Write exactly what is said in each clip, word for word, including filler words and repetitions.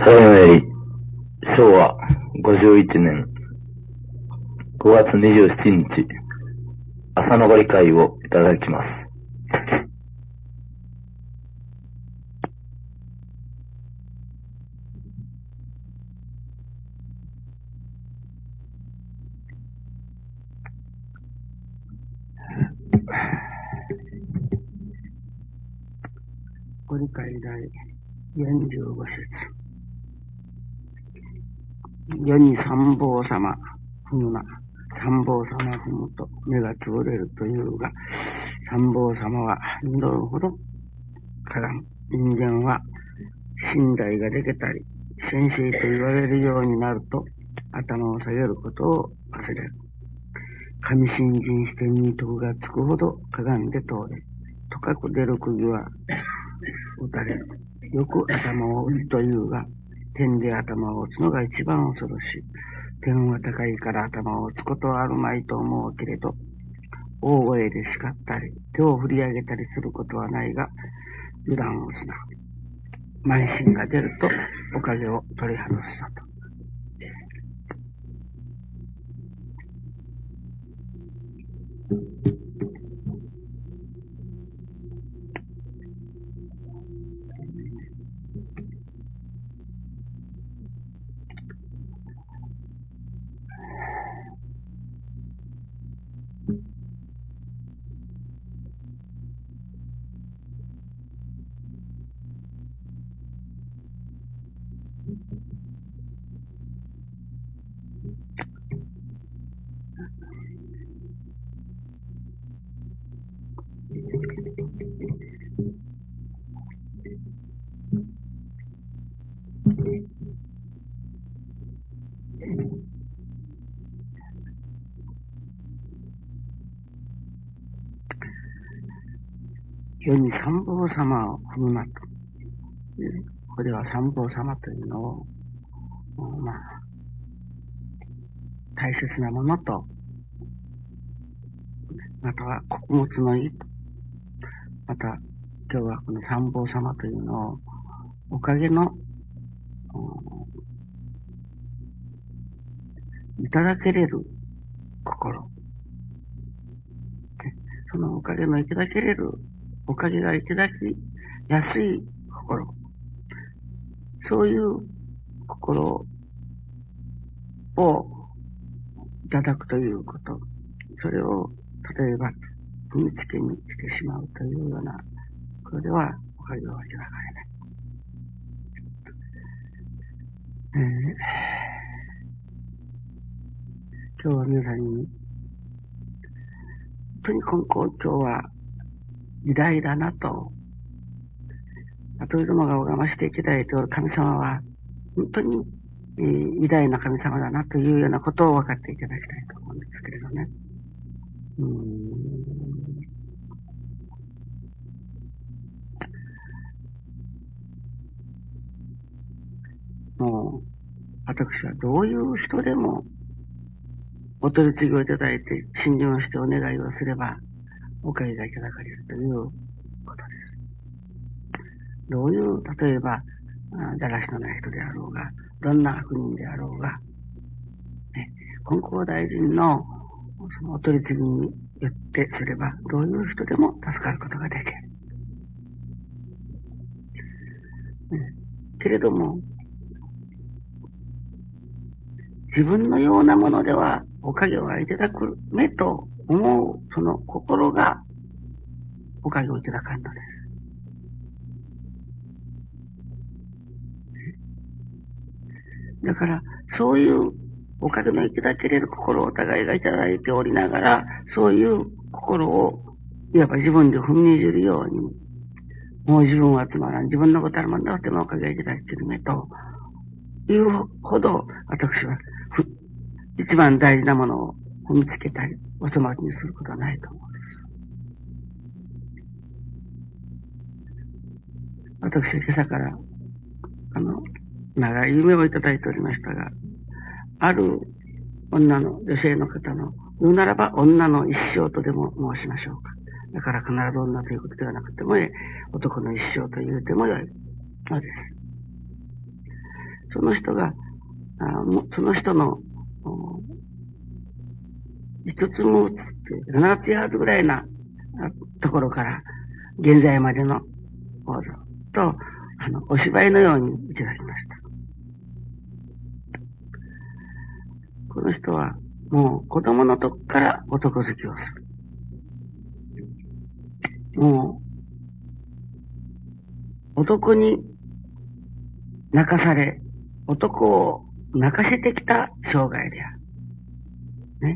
ただいまよりしょうわごじゅういちねんごがつにじゅうしちにち朝のぼり会をいただきます。 ご理解第よんじゅうごせつ。世に三宝様踏むな。三宝様踏むと目がつぶれるというが、三宝様はどれほどかがむ。人間は信頼ができたり、先生と言われるようになると頭を下げることを忘れる。神信心してに徳がつくほどかがんで通れ。とかく出る釘は打たれる。よく頭を打つというが、天で頭を打つのが一番恐ろしい。天は高いから頭を打つことはあるまいと思うけれど、大声で叱ったり、手を振り上げたりすることはないが、油断をすな。慢心が出ると、おかげを取り外すだと。世に三宝様を踏むなと。ここでは三宝様というのを、まあ、大切なものと、または穀物の意と、また今日はこの三宝様というのをおかげのいただけれる心、そのおかげのいただけれるおかげがいただきやすい心、そういう心をいただくということ、それを例えば踏みつけにしてしまうというような、これではおかげをいただかれない。えー、今日は皆さんに、本当に今今日は偉大だなと、後いどもが拝ましていただいておる神様は、本当に、えー、偉大な神様だなというようなことを分かっていただきたいと思うんですけれどね。うーんもう、私はどういう人でも、お取り次ぎをいただいて、信心をしてお願いをすれば、おかげがいただかれるということです。どういう、例えば、だらしのない人であろうが、どんな悪人であろうが、ね、金光大臣のそのお取り次ぎによってすれば、どういう人でも助かることができる。ね、けれども、自分のようなものではおかげはいただく目と思うその心がおかげをいただかんのです。だからそういうおかげのいただけれる心をお互いがいただいておりながら、そういう心をいわば自分で踏みにじるように、もう自分はつまらん、自分のことは何だってもおかげをいただいている目というほど、私は一番大事なものを踏みつけたり、お粗末にすることはないと思うんです。私は今朝から、あの、長い夢をいただいておりましたが、ある女の、女性の方の、言うならば女の一生とでも申しましょうか。だから必ず女ということではなくても、男の一生と言うてもよいのです。 その人が、あもその人の、一つも移って、ななつヤードぐらいなところから、現在までの構造と、あの、お芝居のように打ち出しました。この人は、もう子供のとこから男好きをする。もう、男に泣かされ、男を泣かせてきた生涯である。ね。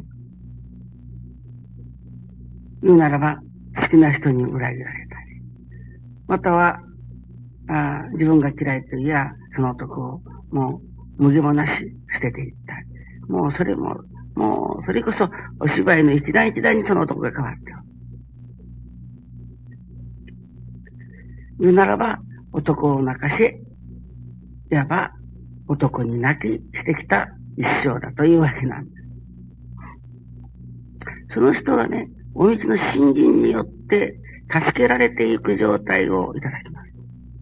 言うならば、好きな人に裏切られたり、または、あ自分が嫌いといや、その男をもう無義もなし捨てていったり、もうそれも、もうそれこそお芝居の一段一段にその男が変わっておる。言うならば、男を泣かせ、いわば男に泣きしてきた一生だというわけなんです。その人がね、お道の信心によって助けられていく状態をいただきます。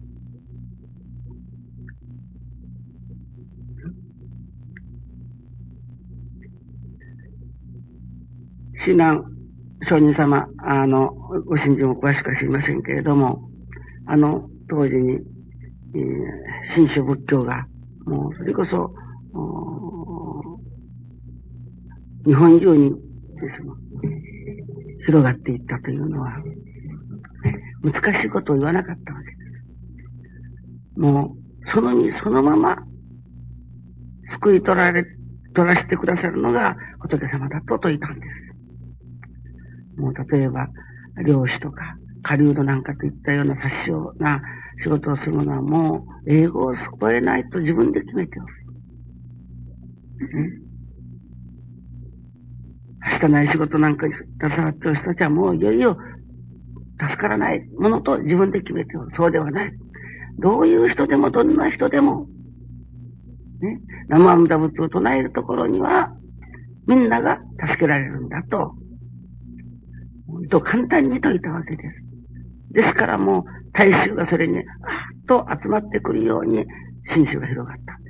親鸞上人様、あの、ご信心も詳しくは知りませんけれども、あの、当時に、えー、新宗仏教が、もう、それこそ、日本中にですね、広がっていったというのは、難しいことを言わなかったわけです。もう、そのにそのまま、救い取られ、取らせてくださるのが仏様だと説いたんです。もう例えば、漁師とか、狩人なんかといったような殺傷な仕事をするのはもう、英語を救えないと自分で決めておる。はしたない仕事なんかに携わっている人たちはもういよいよ助からないものと自分で決めておる。そうではない。どういう人でもどんな人でも、ね、生阿弥陀仏を唱えるところには、みんなが助けられるんだと、と簡単に説いたわけです。ですからもう大衆がそれに、あっと集まってくるように、信州が広がったんです。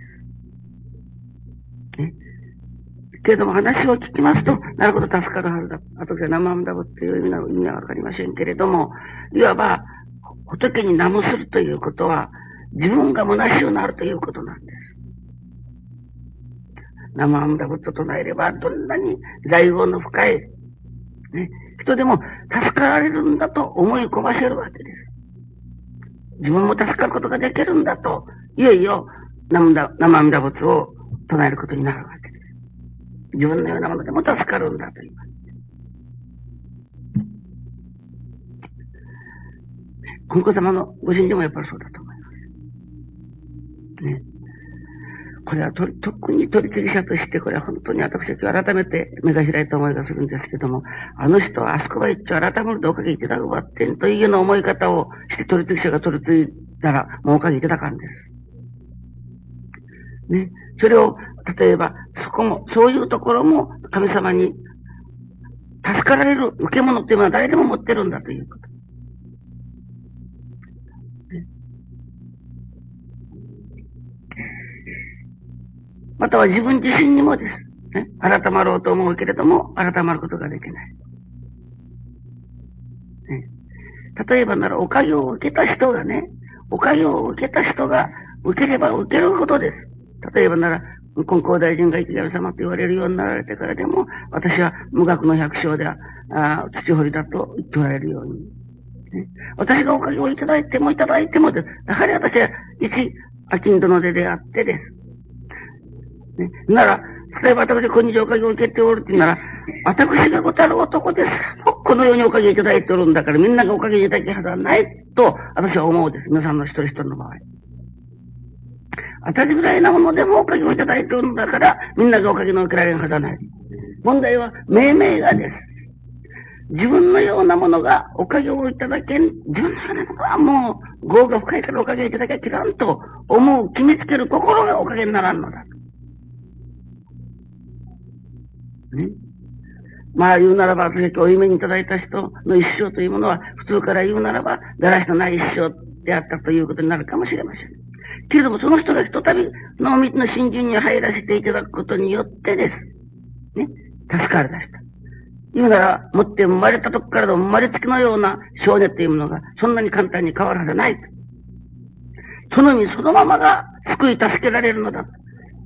ね。けれども話を聞きますと、なるほど助かるはずだ。あとで生阿弥陀仏という意味の意味はわかりませんけれども、いわば、仏に名もするということは、自分が虚しをなるということなんです。生阿弥陀仏と唱えれば、どんなに財宝の深い、ね、人でも助かられるんだと思い込ませるわけです。自分も助かることができるんだと、いよいよ生阿弥陀仏を唱えることになるわけです。自分のようなものでも助かるんだと言います。金光様のご信条もやっぱりそうだと思います。ね。これはと特に取り次ぎ者として、これは本当に私たちは改めて目が開いた思いがするんですけども、あの人はあそこは一丁改めるとおかげいただくばってんというような思い方をして取り次ぎ者が取り次いだら、もうおかげいただかんです。ね。それを、例えば、そこも、そういうところも神様に助かられる受け物っていうのは誰でも持ってるんだということ。または自分自身にもです。ね、改まろうと思うけれども、改まることができない。ね、例えばなら、おかげを受けた人がね、おかげを受けた人が、受ければ受けるほどです。例えばなら、金光大臣が生き神様と言われるようになられてからでも、私は無学の百姓では、あ土掘りだと言っておられるように。ね、私がおかげをいただいてもいただいてもです。やはり私は一、商人の出であってです。ね、なら、例えば私が今日おかげを受けておるって言うなら、私がごたる男です。このようにおかげいただいておるんだから、みんながおかげいただきはずはないと、私は思うです。皆さんの一人一人の場合。私ぐらいなものでもおかげをいただいておるんだから、みんながおかげの受けられるはずはない。問題は、命名がです。自分のようなものがおかげをいただけん、自分のようなものはもう、業が深いからおかげいただけきらんと思う、決めつける心がおかげにならんのだ。ね、まあ言うならば、私お夢にいただいた人の一生というものは、普通から言うならば、だらしのない一生であったということになるかもしれません。 けれども、その人がひとたび濃密の信心に入らせていただくことによってです。ね。助かるだした。言うなら、もって生まれた時からの生まれつきのような少年というものが、そんなに簡単に変わらせない。その身そのままが救い助けられるのだ。ね、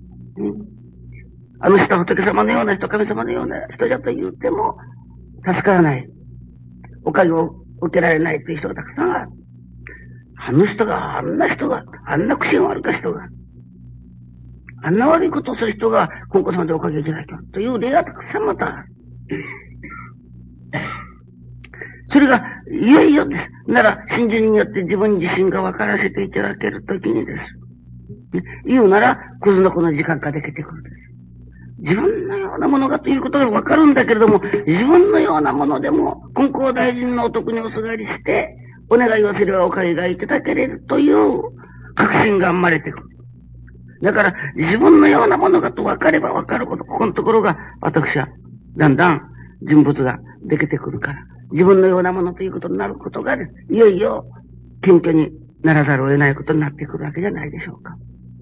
あの人は仏様のような人、神様のような人じゃと言っても、助からない。おかげを受けられないという人がたくさんある。あの人が、あんな人が、あんな苦心を悪か人が、あんな悪いことをする人が、今後様でおかげいただきますという例がたくさんまたある。それが、いよいよです。なら、信心によって自分自身が分からせていただけるときにです。言うなら、クズの子の時間ができてくるんです。自分のようなものがということが分かるんだけれども、自分のようなものでも、金光大臣のお得におすがりして、お願いをすればおかげがいただけれるという確信が生まれてくる。だから、自分のようなものがと分かれば分かること、ここのところが、私は、だんだん人物ができてくるから、自分のようなものということになることが、いよいよ、謙虚にならざるを得ないことになってくるわけじゃないでしょうか。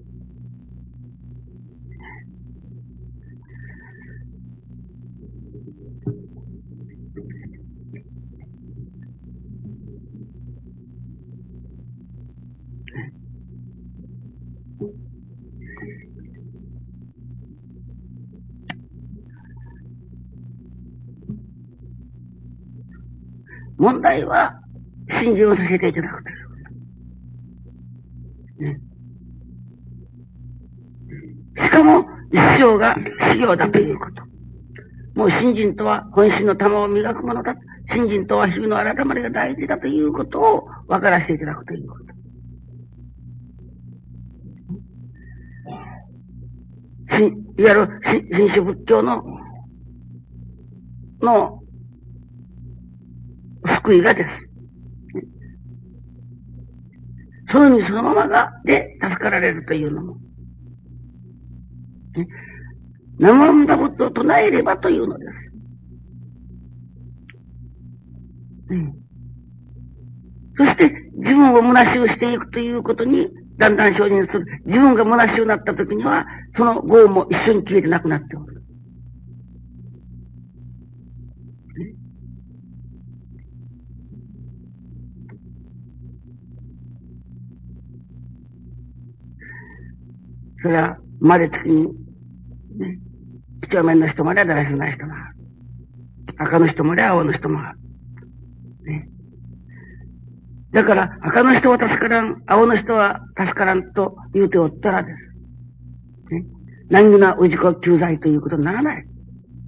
問題は、信心をさせていただくという。ね。しかも、一生が修行だということ。もう信心とは本心の玉を磨くものだ。信心とは日々の改まりが大事だということを分からせていただくということ。いわゆる新種仏教の、の、救いがです。その意味そのままが、で、助かられるというのも。生阿弥陀仏を唱えればというのです。うん、そして、自分を虚しゅうしていくということに、だんだん精進する。自分が虚しゅうになった時には、その業も一緒に消えてなくなっておる。それは、生まれつきに、ね、几帳面の人まではだらしない人もある。赤の人までは青の人もある。ね。だから、赤の人は助からん、青の人は助からんと言うておったらです。ね。難儀な氏子救済ということにならない。ね、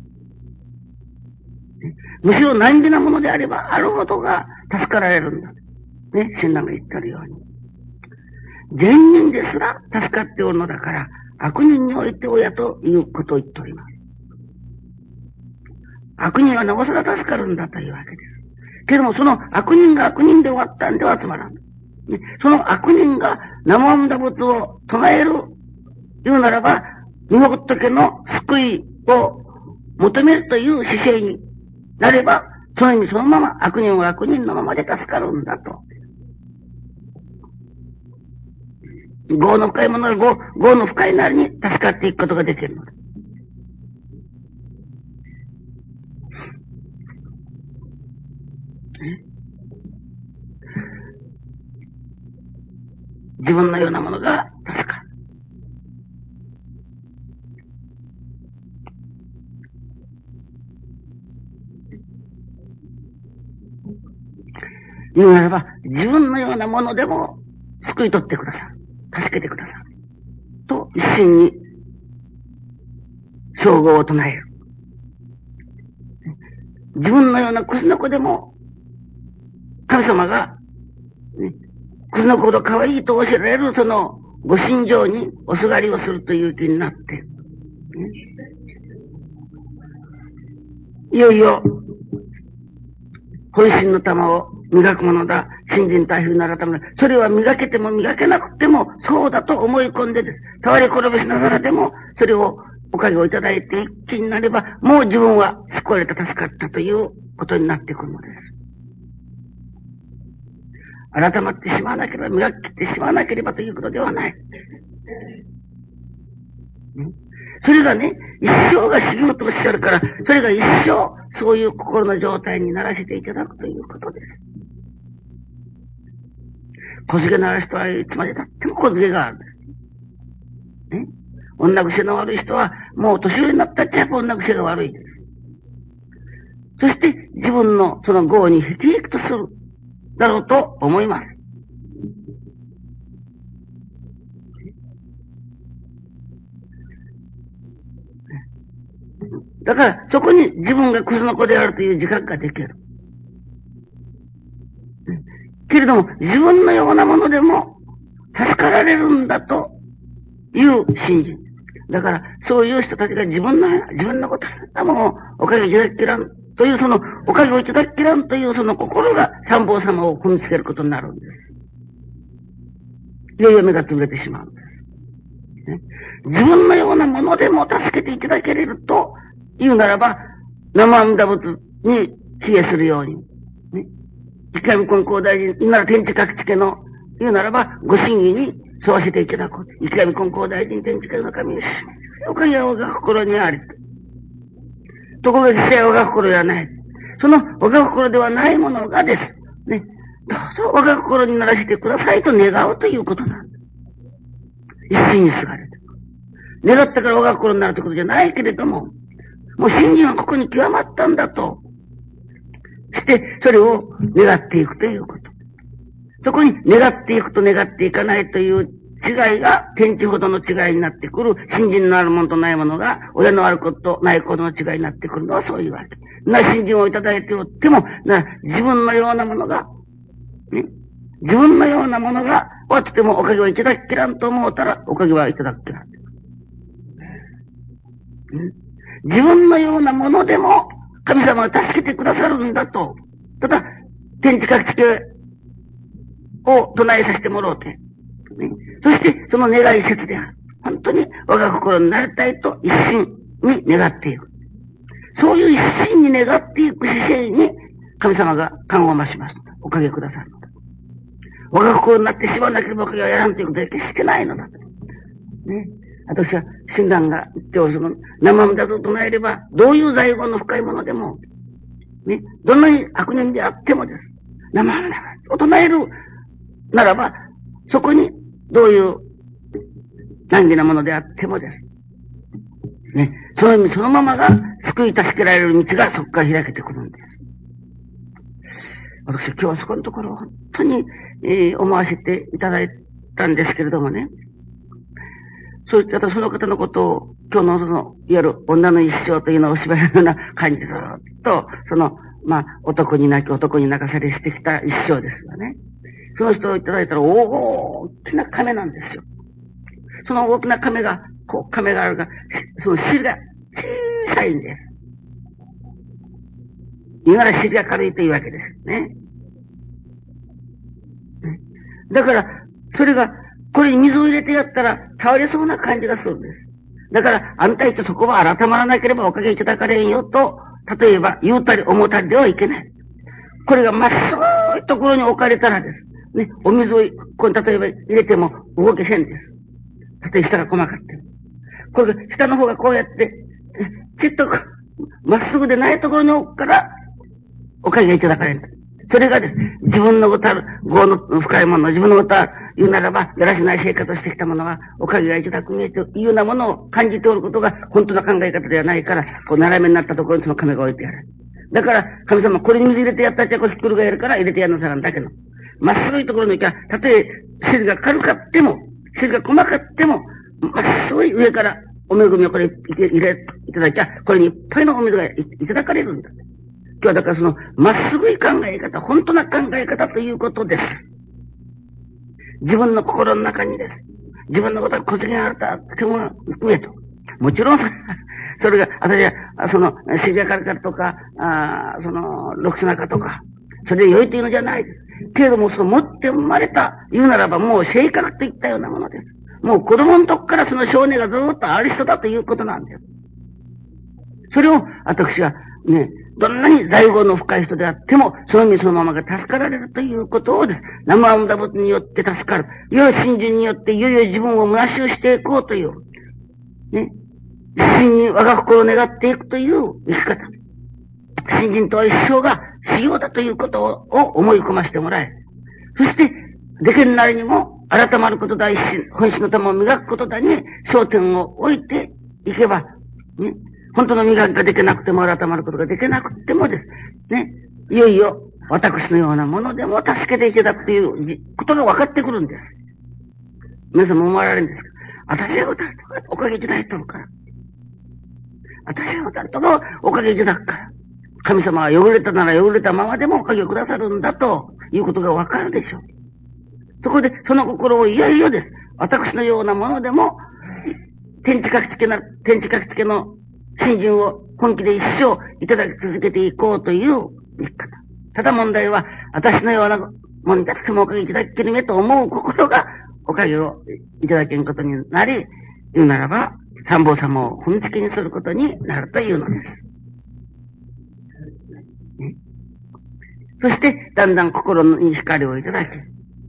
むしろ難儀なものであれば、あることが助かられるんだ。ね。親鸞が言ってあるように。善人ですら助かっておるのだから、悪人において親ということを言っております。悪人はなおさら助かるんだというわけです。けどもその悪人が悪人で終わったんではつまらん。ね、その悪人が南無阿弥陀仏を唱える、言うならば、日本仏の救いを求めるという姿勢になれば、その意味そのまま悪人は悪人のままで助かるんだと。業の深いものは業、業の深いなりに助かっていくことができるのだ。自分のようなものが助かる。言うならば、自分のようなものでも救い取ってくださる。助けてくださる。と、一心に、称号を唱える。自分のようなクズの子でも、神様が、ね、クズの子ほど可愛いと教えられるその、ご心情におすがりをするという気になって、ね、いよいよ、本心の玉を磨くものだ。信心大風ならためだ。それは磨けても磨けなくても、そうだと思い込んでです。倒れ転びしながらでも、それをおかげをいただいて一気になれば、もう自分は救われた、助かったということになってくるのです。 改まってしまわなければ、磨きってしまわなければということではない。それがね、一生が修行とおっしゃるから、それが一生、そういう心の状態にならせていただくということです。小菅のある人はいつまで経っても小菅があるんです。ね。女癖の悪い人は、もう年寄りになったっちゃやっぱ女癖が悪いです。そして自分のその業にへきへきとするだろうと思います。だからそこに自分がクズの子であるという自覚ができる。けれども自分のようなものでも助かられるんだという信心。だからそういう人たちが自分の自分のことはもうおかげいただきらんというそのおかげをいただきらんというその心が三宝様を踏みつけることになるんです。いよいよ目が潰れてしまうんです、ね。自分のようなものでも助けていただけれると言うならば、生阿弥陀仏に帰依するように、ね。一回も金光大臣、今の天地各地家の言うならば、ご審議に沿わせていただこう。一回も金光大臣天地家の神に、おかげは我が心にあり。ところが実際は我が心ではない。その我が心ではないものがです。ね。どうぞ我が心にならせてくださいと願うということなんです。一心にすがれて。願ったから我が心になるということじゃないけれども、もう信心はここに極まったんだと。して、それを願っていくということ。そこに願っていくと願っていかないという違いが天地ほどの違いになってくる。信心のあるものとないものが親のあることとないことの違いになってくるのはそういうわけ。な、信心をいただいておっても、な、自分のようなものが、ね、自分のようなものが、はとてもおかげをいただきらんと思うたら、おかげはいただきらん。自分のようなものでも、神様が助けてくださるんだと。ただ、天地各地家を唱えさせてもらおうて。ね、そして、その願い説である。本当に我が心になりたいと一心に願っていく。そういう一心に願っていく姿勢に、神様が感を増します。おかげくださるのだ。我が心になってしまわなければおかげはやらんということは決してないのだと。ね。私は、親鸞が言っておるその、生身だと唱えれば、どういう財宝の深いものでも、ね、どんなに悪人であってもです。生身だを唱えるならば、そこに、どういう難儀なものであってもです。ね、その意味そのままが、救い助けられる道がそこから開けてくるんです。私、今日はそこのところを本当に、えー、思わせていただいたんですけれどもね。そういったその方のことを、今日のその、いわゆる女の一生というのをお芝居のような感じでずっと、その、まあ、男に泣き男に泣かされしてきた一生ですよね。その人をいただいたら大きな亀なんですよ。その大きな亀が、こう、亀があるが、その尻が小さいんです。言うなら尻が軽いというわけですね。だから、それが、これに水を入れてやったら倒れそうな感じがするんです。だから、あんた一応そこは改まらなければおかげいただかれんよと、例えば言うたり思ったりではいけない。これがまっすぐいところに置かれたらです。ね、お水を、これ例えば入れても動けせんです。たとえ下が細かって。これが下の方がこうやって、ちっとまっすぐでないところに置くから、おかげがいただかれる。それがです。自分のことある、業の深いもの、自分のことは言うならば、やらしない生活をしてきたものは、おかげがいただくめというようなものを感じておることが、本当の考え方ではないから、こう、斜めになったところにその亀が置いてやる。だから、神様、これに水入れてやったっちゃ、こう、ひっくり返るから入れてやるのさなんだけど、まっすぐいところに行きゃ、たとえ、尻が軽かっても、尻が細かっても、まっすぐい上から、お恵みをこれ入れ、いただいちゃ、これにいっぱいのお水が い, いただかれるんだ。今日はだからその、まっすぐい考え方、本当な考え方ということです。自分の心の中にです。自分のことが小杉があるとあっても上と。もちろん、それが、私は、その、シリアカルカとか、あその、ロクスナカとか、それで良いというのじゃないです。けれども、その持って生まれた、言うならばもう性格といったようなものです。もう子供のとこからその少年がずっとある人だということなんです。それを、私はね、 どんなに財宝の深い人であっても、その身そのままが助かられるということをです。生阿弥陀仏によって助かる。いよいよ信心によっていよいよ自分を虚しをしていこうという、ね。真に我が心を願っていくという生き方。信心とは一生が修行だということを思い込ませてもらえ。そして、できるなりにも改まることだ、一心、本心の玉を磨くことだに焦点を置いていけば、ね。本当の磨きができなくても改まることができなくてもです。ね。いよいよ私のようなものでも助けていただくということが分かってくるんです。皆さんも思われるんですか？私が歌うとかおかげいただいてるから。私が歌うとかおかげいただくから。神様は汚れたなら汚れたままでもおかげをくださるんだということが分かるでしょう。そこでその心をいよいよです。私のようなものでも天地書きつけな、天地書きつけの信心を本気で一生いただき続けていこうという生き方。ただ問題は、私のようなもんだってもおかげいただけるめと思う心がおかげをいただけることになり、言うならば、三宝様を踏みつけにすることになるというのです。ね、そして、だんだん心に光をいただき、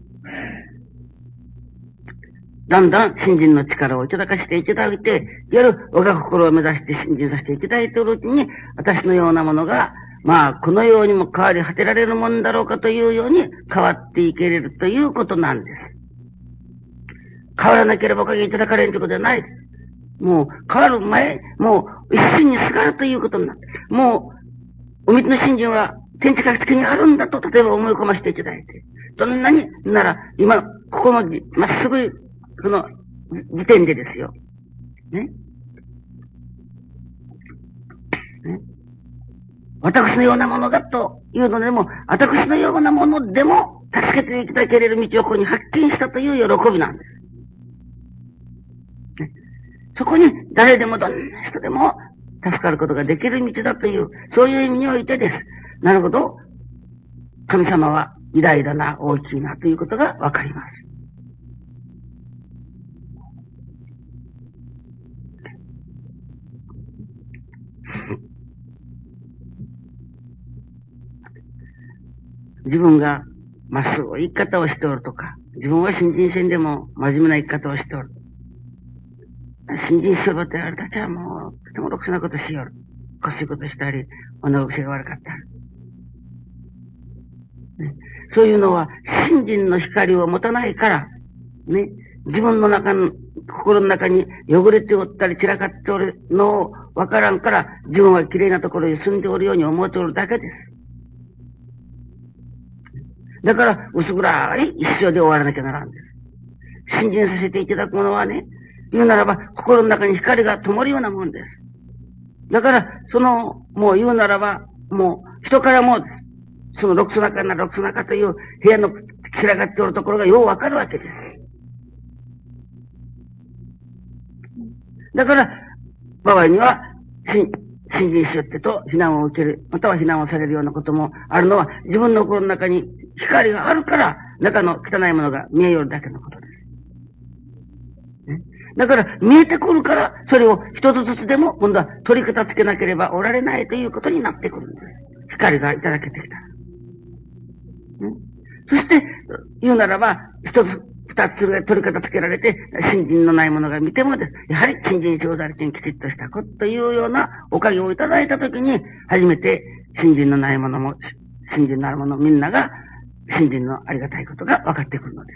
だんだん信心の力をいただかせていただいて、夜、我が心を目指して信心させていただいているうちに、私のようなものが、まあ、このようにも変わり果てられるもんだろうかというように変わっていけれるということなんです。変わらなければおかげいただかれるということではないです。もう、変わる前、もう、一心にすがるということになって、もう、お水の信心は天地書きつけにあるんだと、例えば思い込ませていただいて、どんなになら、今、ここのまっすぐ、その時点でですよ。ね。ね。私のようなものだというのでも、私のようなものでも助けていただけれる道をここに発見したという喜びなんです。ね、そこに誰でもどんな人でも助かることができる道だという、そういう意味においてです。なるほど。神様は偉大だな、大きいなということがわかります。自分がまっすぐ生き方をしておるとか、自分は新人戦でも真面目な生き方をしておる。新人しよるってあれたちはもう、とてもろくなことしよる。おかしいことしたり、女癖が悪かったり。ね、そういうのは、信心の光を持たないから、ね、自分の中の、心の中に汚れておったり散らかっておるのをわからんから、自分は綺麗なところに住んでおるように思っておるだけです。だから、薄暗い一生で終わらなきゃならんです。信心させていただくものはね、言うならば、心の中に光が灯るようなもんです。だから、その、もう言うならば、もう、人からも、その六砂かな、六砂かという部屋の散らかっておるところがようわかるわけです。だから、場合には、信心しよってと非難を受ける、または非難をされるようなこともあるのは、自分の心の中に光があるから、中の汚いものが見えよるだけのことです。ね、だから、見えてくるから、それを一つずつでも、今度は取り片付けなければおられないということになってくるんです。光がいただけてきたら。ね、そして、言うならば、一つ、二つ取り片付けられて、信心のないものが見てもです。やはり信心正座にきちっとしたことというようなおかげをいただいたときに、初めて信心のないものも、信心のあるものみんなが、信心のありがたいことが分かってくるのです。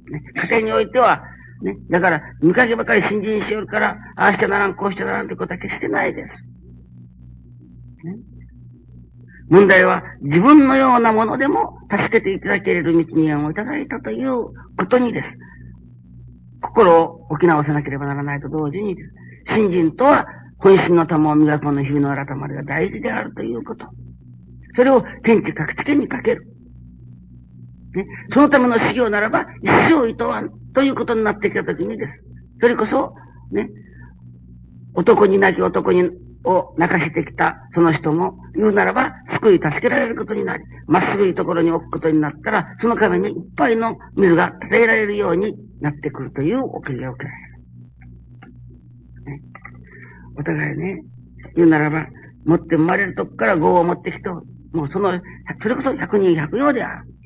ね、家庭においては、ね、だから、見かけばかり信心しよるから、ああしちゃならん、こうしちゃならんということは決してないです。ね、問題は自分のようなものでも助けていただけれる道に案をいただいたということにです。心を置き直さなければならないと同時にです。信心とは本心の玉を磨くの日々の改まりが大事であるということ。それを天地書きつけにかける。ね、そのための修行ならば一生いとわんということになってきたときにです。それこそ、ね、男に泣き男にを泣かせてきたその人も言うならば救い助けられることになり、まっすぐいところに置くことになったら、その壁にいっぱいの水が与えられるようになってくるというおかげを受けられる。ね、お互いね、言うならば、 持って生まれるとこから業を持ってきて、もうその、それこそ百人百様である。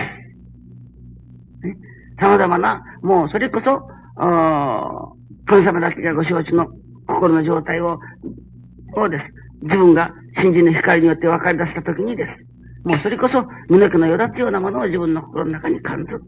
ね、様々な、もうそれこそ、神様だけがご承知の心の状態を、をです。自分が信心の光によって分かり出したときにです。もうそれこそ、胸毛のよだつようなものを自分の心の中に感じる。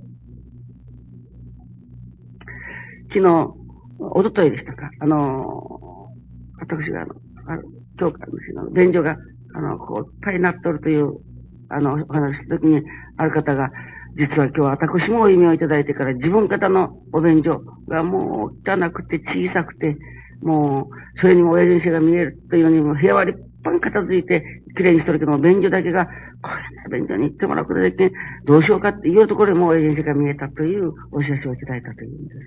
昨日、おとといでしたか、あの、私があの、あの教会の便所が、あの、こう、いっぱいになっとるという、あの、お話したときに、ある方が、実は今日私もお夢をいただいてから自分方のお便所がもう汚くて小さくて、もう、それにも親父が見えるというのにも部屋は立派に片付いて綺麗にしとるけども、便所だけが、これね、便所に行ってもらうことできん、どうしようかっていうところでもう親父が見えたというお知らせをいただいたというんです。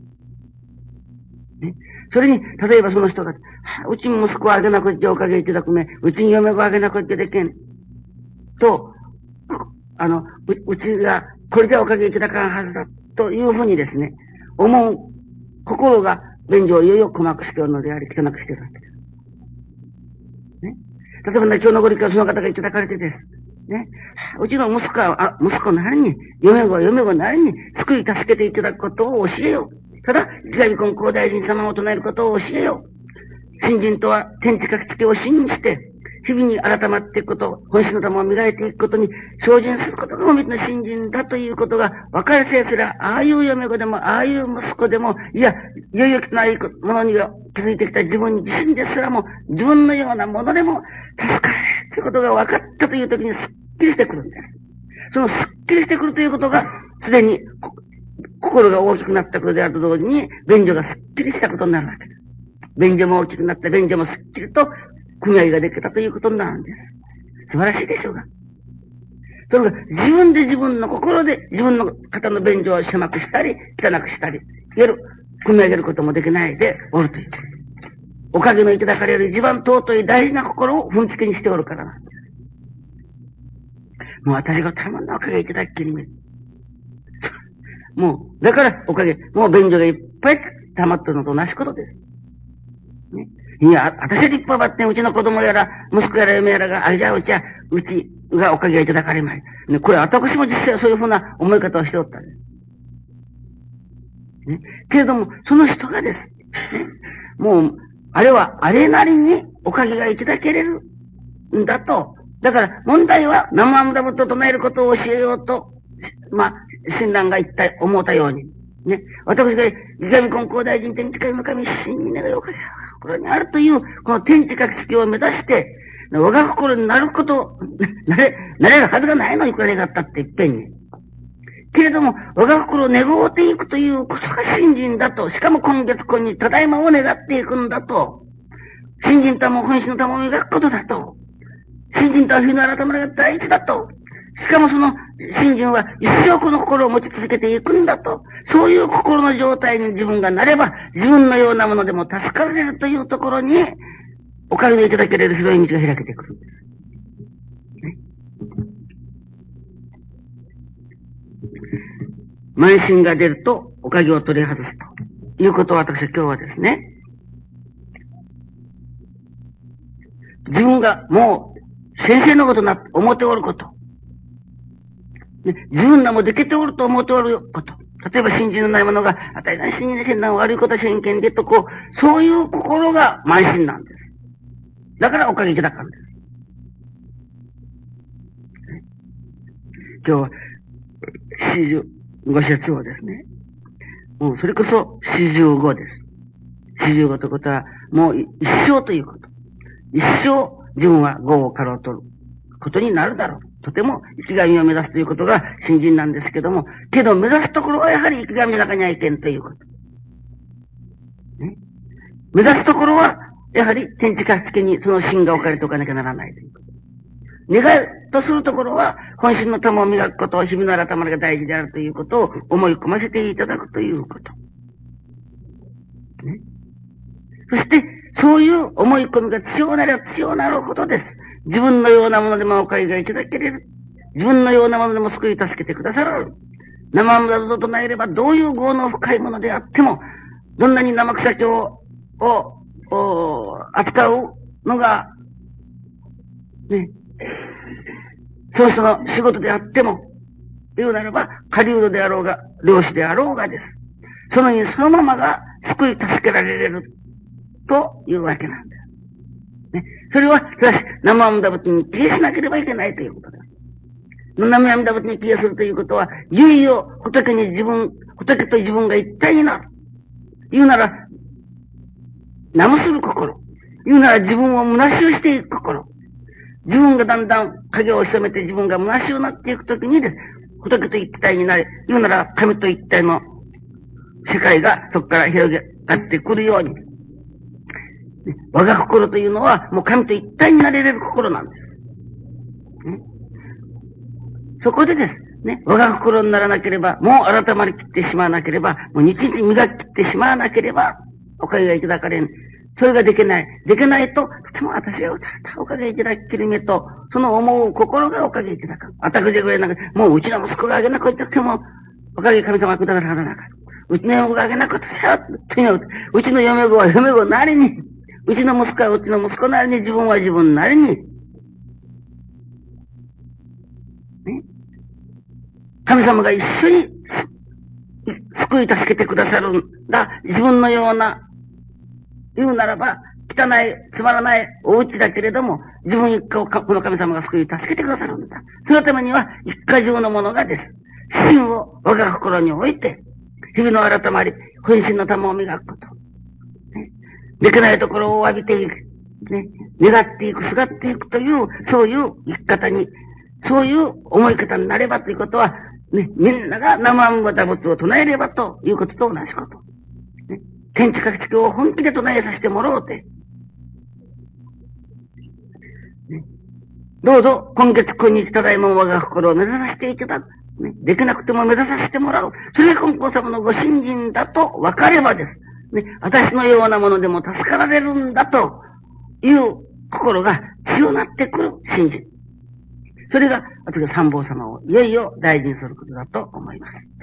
ね。それに、例えばその人が、うちに息子をあげなくっておかげいただくめ、うちに嫁をあげなくってでけん。と、あの、う、うちが、これでおかげいただかんはずだ、というふうにですね、思う心が、便所をいよいよ細くしておるのであり、汚くしているわけです。ね。例えばね、今日のご理解その方がいただかれてです。ね。うちの息子は、あ、息子なりに、嫁子は嫁子なりに、救い助けていただくことを教えよう。ただ、池上金光大臣様を唱えることを教えよう。信心とは、天地書きつけを信じて、日々に改まっていくこと、本心の玉を磨いていくことに精進することがおみの信心だということが分かりせえすら、ああいう嫁子でも、ああいう息子でも、いや、いよいよないものには気づいてきた自分自身ですらも、自分のようなものでも助かるということが分かったという時にすっきりしてくるんです。そのすっきりしてくるということが、すでに心が大きくなったことであると同時に、便所がすっきりしたことになるわけです。便所も大きくなった、便所もすっきりと組合ができたということになるんです。素晴らしいでしょうが。それが自分で自分の心で自分の方の便所を狭くしたり、汚くしたり、いわゆる組み上げることもできないでおるという。おかげのいただかれる一番尊い大事な心を踏んつけにしておるからなんです。もう私がたまんなおかげいただききりめ。もう、だからおかげ、もう便所がいっぱい溜まってるのと同じことです。ね。いや、私は立派ばってうちの子供やら、息子やら嫁やらが、あれじゃうちは、うちがおかげがいただかれまい。ね、これ私も実際はそういうふうな思い方をしておったんです。ね。けれども、その人がです。ね。もう、あれは、あれなりにおかげがいただけれるんだと。だから、問題は、南無阿弥陀仏と唱えることを教えようと、まあ、親鸞が言った、思ったように。ね。私が、池上金光大臣天地界の神、真に願いおかげが心にあるという、この天地書きつけを目指して、我が心になること、なれ、なれるはずがないのにくらいがあったっていっぺんに。けれども、我が心を願うていくということが信心だと、しかも今月今日、ただいまを願っていくんだと、信心とはもう本心の玉を磨くことだと、信心とは日の改まりが大事だと、しかもその信心は一生この心を持ち続けていくんだと、そういう心の状態に自分がなれば、自分のようなものでも助かれるというところに、おかげでいただけれる広い道が開けてくるんです。ね。慢心が出ると、おかげを取り外すということを私は今日はですね、自分がもう先生のことな、思っておること、ね、自分らもできておると思っておること。例えば信心のない者が、あたりな信心で信頼悪いことは真剣でとこう、そういう心が慢心なんです。だからおかげいただくんです。ね、今日は、四十五節をですね、もうそれこそ四十五です。四十五ということは、もう一生ということ。一生自分は業をからを取ることになるだろう。とても生き神を目指すということが信心なんですけども、けど目指すところはやはり生き神の中にはいけんということ。ね、目指すところは、やはり天地書きつけにその心が置かれておかなきゃならないということ。願いとするところは、本心の玉を磨くこと、日々の改まりが大事であるということを思い込ませていただくということ。ね、そして、そういう思い込みが強なれば強なるほどです。自分のようなものでもおかげがいただけれる。自分のようなものでも救い助けてくださる。生阿弥陀仏と唱えればどういう業の深いものであっても、どんなに生草町を、を、扱うのがね。その人の仕事であっても、言うならば、狩人であろうが、漁師であろうがです。そのにそのままが救い助けられるというわけなんです。ね。それは、しかし、生阿弥陀仏に帰依しなければいけないということです。生阿弥陀仏に帰依するということは、いよいよ仏に自分、仏と自分が一体になる。言うなら、名むする心。言うなら自分を虚しをしていく心。自分がだんだん影を潜めて自分が虚しをなっていくときにです。仏と一体になり、言うなら神と一体の世界がそこから広げがってくるように。我が心というのはもう神と一体になれれる心なんです。ね、そこでですね、我が心にならなければ、もう改まりきってしまわなければ、もう日々磨ききってしまわなければ、おかげがいただかれん。それができない。できないと、とても私が打たれたおかげいただききるめと、その思う心がおかげいただく。あたくじぐらいなんか、もううちの息子があげなくても、おかげ神様がくださらなかった。うちの嫁があげなくてさ、うちの嫁子は嫁子なりに、うちの息子はうちの息子なりに、自分は自分なりに、ね、神様が一緒に救い助けてくださるんだ。自分のような、言うならば、汚い、つまらないお家だけれども、自分一家をこの神様が救い助けてくださるんだ。そのためには、一家中のものがです。心を我が心に置いて、日々の改まり、本心の玉を磨くこと。ね、できないところを浴びていく。ね、願っていく、すがっていくという、そういう生き方に、そういう思い方になればということは、ね、みんなが生阿弥陀仏を唱えればということと同じこと。ね、天地各地を本気で唱えさせてもらおうて。ね、どうぞ今月今日ただいま我が心を目指させていただく。ね、できなくても目指させてもらう。それが金光様のご信心だと分かればです。ね、私のようなものでも助かられるんだという心が強なってくる信心。それが私が三宝様をいよいよ大事にすることだと思います。